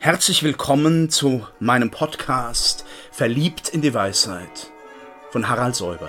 Herzlich willkommen zu meinem Podcast Verliebt in die Weisheit von Harald Säubert.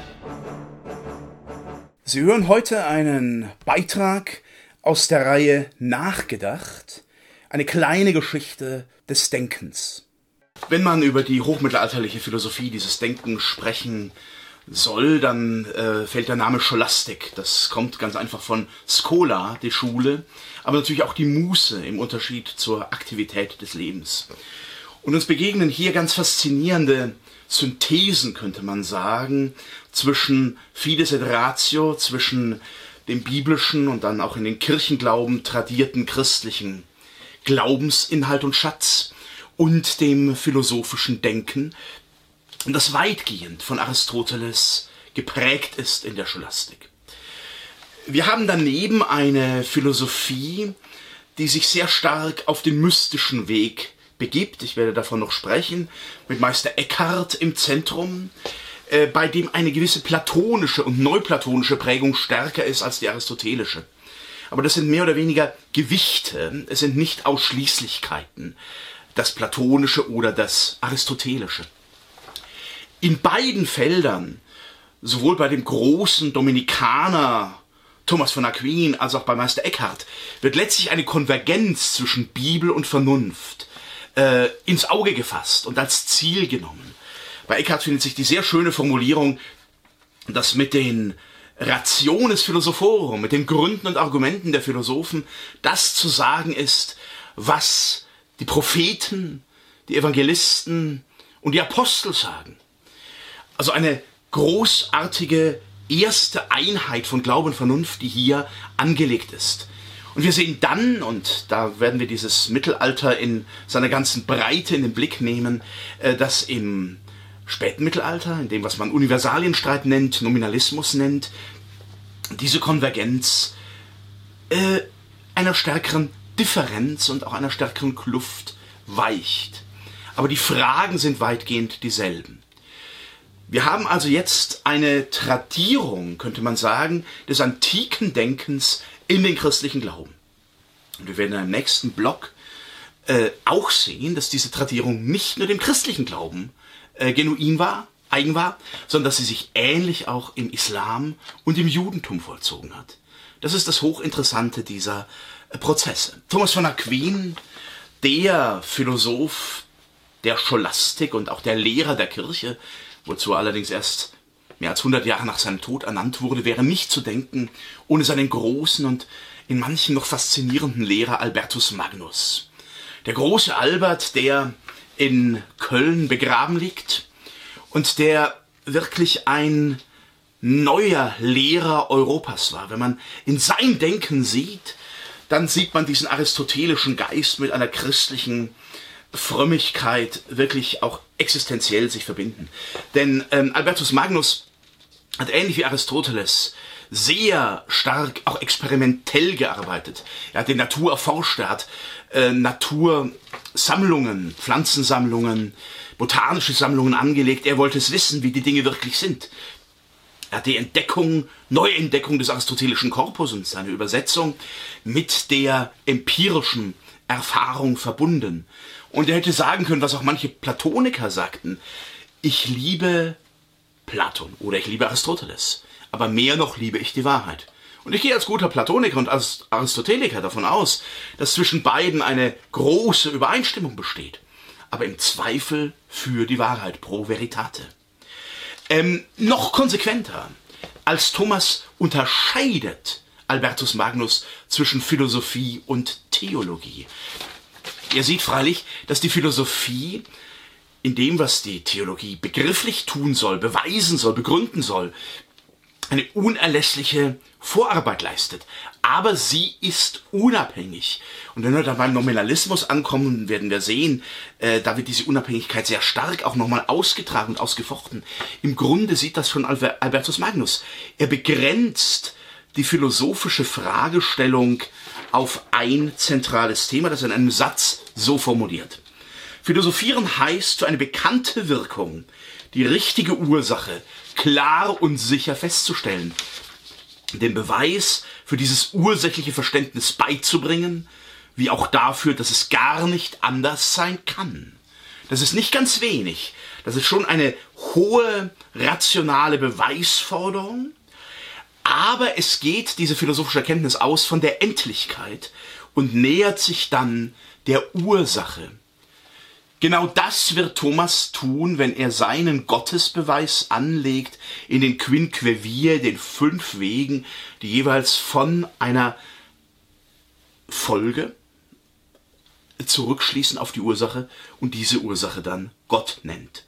Sie hören heute einen Beitrag aus der Reihe Nachgedacht, eine kleine Geschichte des Denkens. Wenn man über die hochmittelalterliche Philosophie, dieses Denken sprechen soll, dann fällt der Name Scholastik. Das kommt ganz einfach von Schola, die Schule, aber natürlich auch die Muße im Unterschied zur Aktivität des Lebens. Und uns begegnen hier ganz faszinierende Synthesen, könnte man sagen, zwischen Fides et Ratio, zwischen dem biblischen und dann auch in den Kirchenglauben tradierten christlichen Glaubensinhalt und Schatz und dem philosophischen Denken, und das weitgehend von Aristoteles geprägt ist in der Scholastik. Wir haben daneben eine Philosophie, die sich sehr stark auf den mystischen Weg begibt. Ich werde davon noch sprechen, mit Meister Eckhart im Zentrum, bei dem eine gewisse platonische und neuplatonische Prägung stärker ist als die aristotelische. Aber das sind mehr oder weniger Gewichte, es sind nicht Ausschließlichkeiten, das platonische oder das aristotelische. In beiden Feldern, sowohl bei dem großen Dominikaner Thomas von Aquin als auch bei Meister Eckhart, wird letztlich eine Konvergenz zwischen Bibel und Vernunft ins Auge gefasst und als Ziel genommen. Bei Eckhart findet sich die sehr schöne Formulierung, dass mit den Rationes Philosophorum, mit den Gründen und Argumenten der Philosophen, das zu sagen ist, was die Propheten, die Evangelisten und die Apostel sagen. Also eine großartige erste Einheit von Glauben und Vernunft, die hier angelegt ist. Und wir sehen dann, und da werden wir dieses Mittelalter in seiner ganzen Breite in den Blick nehmen, dass im späten Mittelalter, in dem, was man Universalienstreit nennt, Nominalismus nennt, diese Konvergenz einer stärkeren Differenz und auch einer stärkeren Kluft weicht. Aber die Fragen sind weitgehend dieselben. Wir haben also jetzt eine Tradierung, könnte man sagen, des antiken Denkens in den christlichen Glauben. Und wir werden im nächsten Block auch sehen, dass diese Tradierung nicht nur dem christlichen Glauben genuin war, eigen war, sondern dass sie sich ähnlich auch im Islam und im Judentum vollzogen hat. Das ist das Hochinteressante dieser Prozesse. Thomas von Aquin, der Philosoph der Scholastik und auch der Lehrer der Kirche, wozu er allerdings erst mehr als 100 Jahre nach seinem Tod ernannt wurde, wäre nicht zu denken ohne seinen großen und in manchen noch faszinierenden Lehrer Albertus Magnus. Der große Albert, der in Köln begraben liegt und der wirklich ein neuer Lehrer Europas war. Wenn man in sein Denken sieht, dann sieht man diesen aristotelischen Geist mit einer christlichen Frömmigkeit wirklich auch existenziell sich verbinden. Denn Albertus Magnus hat ähnlich wie Aristoteles sehr stark auch experimentell gearbeitet. Er hat die Natur erforscht, er hat Natursammlungen, Pflanzensammlungen, botanische Sammlungen angelegt. Er wollte es wissen, wie die Dinge wirklich sind. Er hat die Neuentdeckung des aristotelischen Korpus und seine Übersetzung mit der empirischen Erfahrung verbunden. Und er hätte sagen können, was auch manche Platoniker sagten: Ich liebe Platon oder ich liebe Aristoteles, aber mehr noch liebe ich die Wahrheit. Und ich gehe als guter Platoniker und als Aristoteliker davon aus, dass zwischen beiden eine große Übereinstimmung besteht, aber im Zweifel für die Wahrheit, pro veritate. Noch konsequenter als Thomas unterscheidet Albertus Magnus zwischen Philosophie und Theologie. Er sieht freilich, dass die Philosophie in dem, was die Theologie begrifflich tun soll, beweisen soll, begründen soll, eine unerlässliche Vorarbeit leistet. Aber sie ist unabhängig. Und wenn wir dann beim Nominalismus ankommen, werden wir sehen, da wird diese Unabhängigkeit sehr stark auch nochmal ausgetragen und ausgefochten. Im Grunde sieht das schon Albertus Magnus. Er begrenzt die philosophische Fragestellung auf ein zentrales Thema, das er in einem Satz so formuliert: Philosophieren heißt, für eine bekannte Wirkung die richtige Ursache klar und sicher festzustellen, den Beweis für dieses ursächliche Verständnis beizubringen wie auch dafür, dass es gar nicht anders sein kann. Das ist nicht ganz wenig. Das ist schon eine hohe rationale Beweisforderung, aber es geht, diese philosophische Erkenntnis, aus von der Endlichkeit und nähert sich dann der Ursache. Genau das wird Thomas tun, wenn er seinen Gottesbeweis anlegt in den Quinquevier, den 5 Wegen, die jeweils von einer Folge zurückschließen auf die Ursache und diese Ursache dann Gott nennt.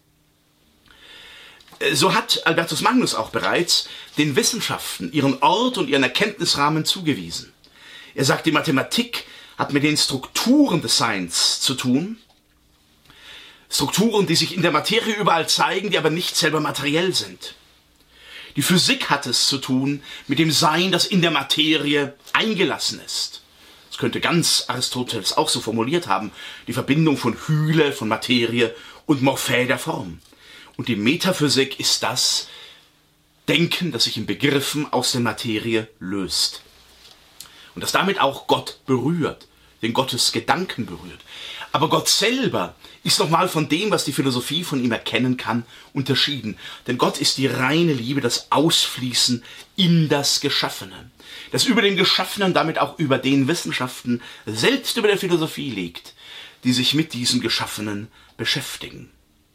So hat Albertus Magnus auch bereits den Wissenschaften ihren Ort und ihren Erkenntnisrahmen zugewiesen. Er sagt, die Mathematik hat mit den Strukturen des Seins zu tun, Strukturen, die sich in der Materie überall zeigen, die aber nicht selber materiell sind. Die Physik hat es zu tun mit dem Sein, das in der Materie eingelassen ist. Das könnte ganz Aristoteles auch so formuliert haben, die Verbindung von Hyle, von Materie und Morphä der Form. Und die Metaphysik ist das Denken, das sich in Begriffen aus der Materie löst. Und das damit auch Gott berührt, den Gottes Gedanken berührt. Aber Gott selber ist nochmal von dem, was die Philosophie von ihm erkennen kann, unterschieden. Denn Gott ist die reine Liebe, das Ausfließen in das Geschaffene. Das über den Geschaffenen, damit auch über den Wissenschaften, selbst über der Philosophie liegt, die sich mit diesem Geschaffenen beschäftigen.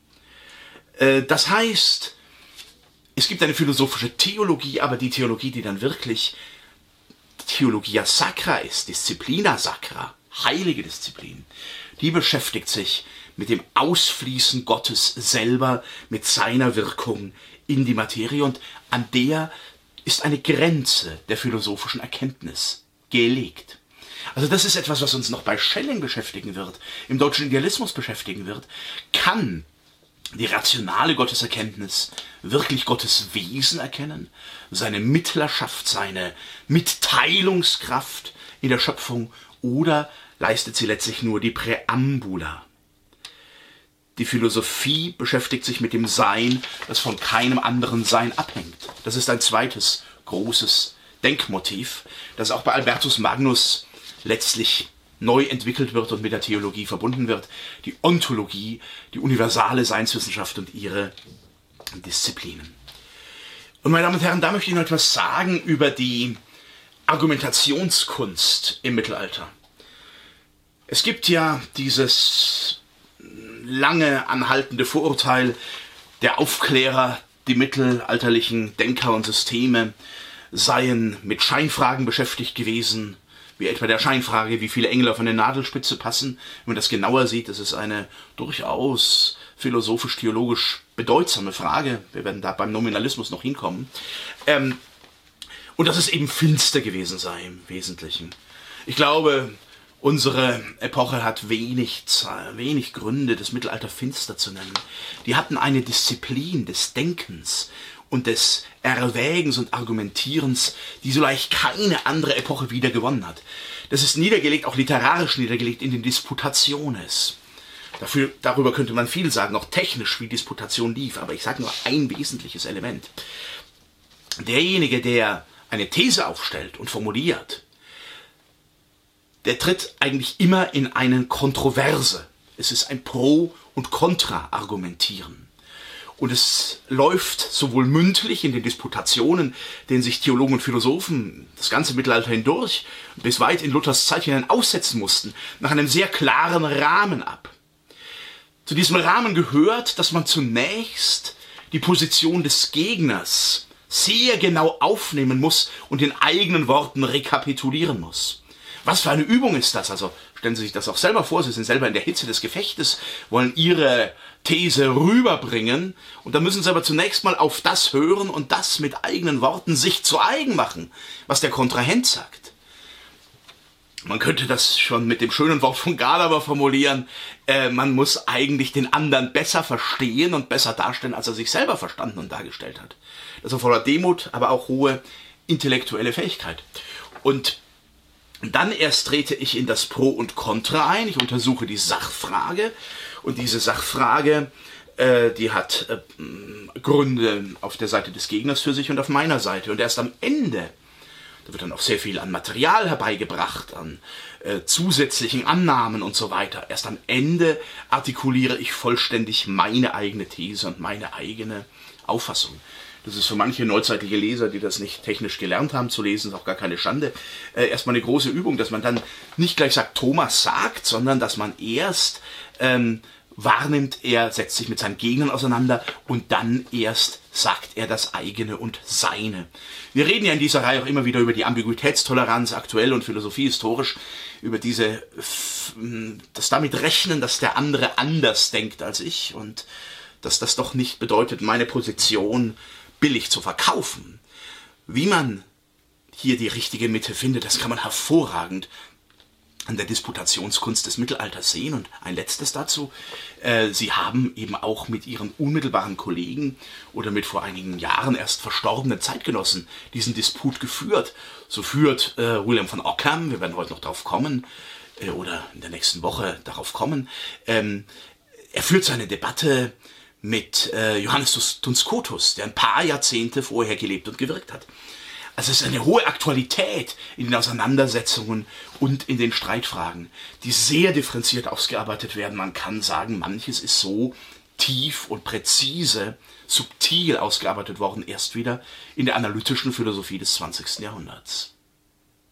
Das heißt, es gibt eine philosophische Theologie, aber die Theologie, die dann wirklich Theologia Sacra ist, Disciplina Sacra, heilige Disziplin, die beschäftigt sich mit dem Ausfließen Gottes selber, mit seiner Wirkung in die Materie, und an der ist eine Grenze der philosophischen Erkenntnis gelegt. Also das ist etwas, was uns noch bei Schelling beschäftigen wird, im deutschen Idealismus beschäftigen wird. Kann die rationale Gotteserkenntnis wirklich Gottes Wesen erkennen, seine Mittlerschaft, seine Mitteilungskraft in der Schöpfung, oder leistet sie letztlich nur die Präambula? Die Philosophie beschäftigt sich mit dem Sein, das von keinem anderen Sein abhängt. Das ist ein zweites großes Denkmotiv, das auch bei Albertus Magnus letztlich neu entwickelt wird und mit der Theologie verbunden wird. Die Ontologie, die universale Seinswissenschaft und ihre Disziplinen. Und meine Damen und Herren, da möchte ich noch etwas sagen über die Argumentationskunst im Mittelalter. Es gibt ja dieses lange anhaltende Vorurteil der Aufklärer, die mittelalterlichen Denker und Systeme seien mit Scheinfragen beschäftigt gewesen, wie etwa der Scheinfrage, wie viele Engel auf eine Nadelspitze passen. Wenn man das genauer sieht, das ist eine durchaus philosophisch-theologisch bedeutsame Frage. Wir werden da beim Nominalismus noch hinkommen. Und dass es eben finster gewesen sei im Wesentlichen. Ich glaube, unsere Epoche hat wenig Gründe, das Mittelalter finster zu nennen. Die hatten eine Disziplin des Denkens und des Erwägens und Argumentierens, die so leicht keine andere Epoche wieder gewonnen hat. Das ist niedergelegt, auch literarisch niedergelegt, in den Disputationes. Darüber könnte man viel sagen, auch technisch, wie Disputation lief, aber ich sage nur ein wesentliches Element. Derjenige, der eine These aufstellt und formuliert, der tritt eigentlich immer in eine Kontroverse. Es ist ein Pro- und Kontra-Argumentieren. Und es läuft sowohl mündlich in den Disputationen, denen sich Theologen und Philosophen das ganze Mittelalter hindurch bis weit in Luthers Zeit hinein aussetzen mussten, nach einem sehr klaren Rahmen ab. Zu diesem Rahmen gehört, dass man zunächst die Position des Gegners sehr genau aufnehmen muss und in eigenen Worten rekapitulieren muss. Was für eine Übung ist das? Also stellen Sie sich das auch selber vor, Sie sind selber in der Hitze des Gefechtes, wollen Ihre These rüberbringen, und dann müssen Sie aber zunächst mal auf das hören und das mit eigenen Worten sich zu eigen machen, was der Kontrahent sagt. Man könnte das schon mit dem schönen Wort von Gadamer formulieren, man muss eigentlich den anderen besser verstehen und besser darstellen, als er sich selber verstanden und dargestellt hat. Das erfordert Demut, aber auch hohe intellektuelle Fähigkeit. Und dann erst trete ich in das Pro und Contra ein, ich untersuche die Sachfrage, und diese Sachfrage, die hat Gründe auf der Seite des Gegners für sich und auf meiner Seite. Und erst am Ende Da wird dann auch sehr viel an Material herbeigebracht, an zusätzlichen Annahmen und so weiter. Erst am Ende artikuliere ich vollständig meine eigene These und meine eigene Auffassung. Das ist für manche neuzeitliche Leser, die das nicht technisch gelernt haben zu lesen, ist auch gar keine Schande, erstmal eine große Übung, dass man dann nicht gleich sagt, Thomas sagt, sondern dass man erst wahrnimmt, er setzt sich mit seinen Gegnern auseinander und dann erst sagt er das eigene und seine. Wir reden ja in dieser Reihe auch immer wieder über die Ambiguitätstoleranz, aktuell und philosophiehistorisch, über das damit rechnen, dass der andere anders denkt als ich und dass das doch nicht bedeutet, meine Position billig zu verkaufen. Wie man hier die richtige Mitte findet, das kann man hervorragend an der Disputationskunst des Mittelalters sehen. Und ein letztes dazu, sie haben eben auch mit ihren unmittelbaren Kollegen oder mit vor einigen Jahren erst verstorbenen Zeitgenossen diesen Disput geführt. So führt William von Ockham, wir werden heute noch darauf kommen, oder in der nächsten Woche darauf kommen, er führt seine Debatte mit Johannes Duns Scotus, der ein paar Jahrzehnte vorher gelebt und gewirkt hat. Also es ist eine hohe Aktualität in den Auseinandersetzungen und in den Streitfragen, die sehr differenziert ausgearbeitet werden. Man kann sagen, manches ist so tief und präzise, subtil ausgearbeitet worden, erst wieder in der analytischen Philosophie des 20. Jahrhunderts.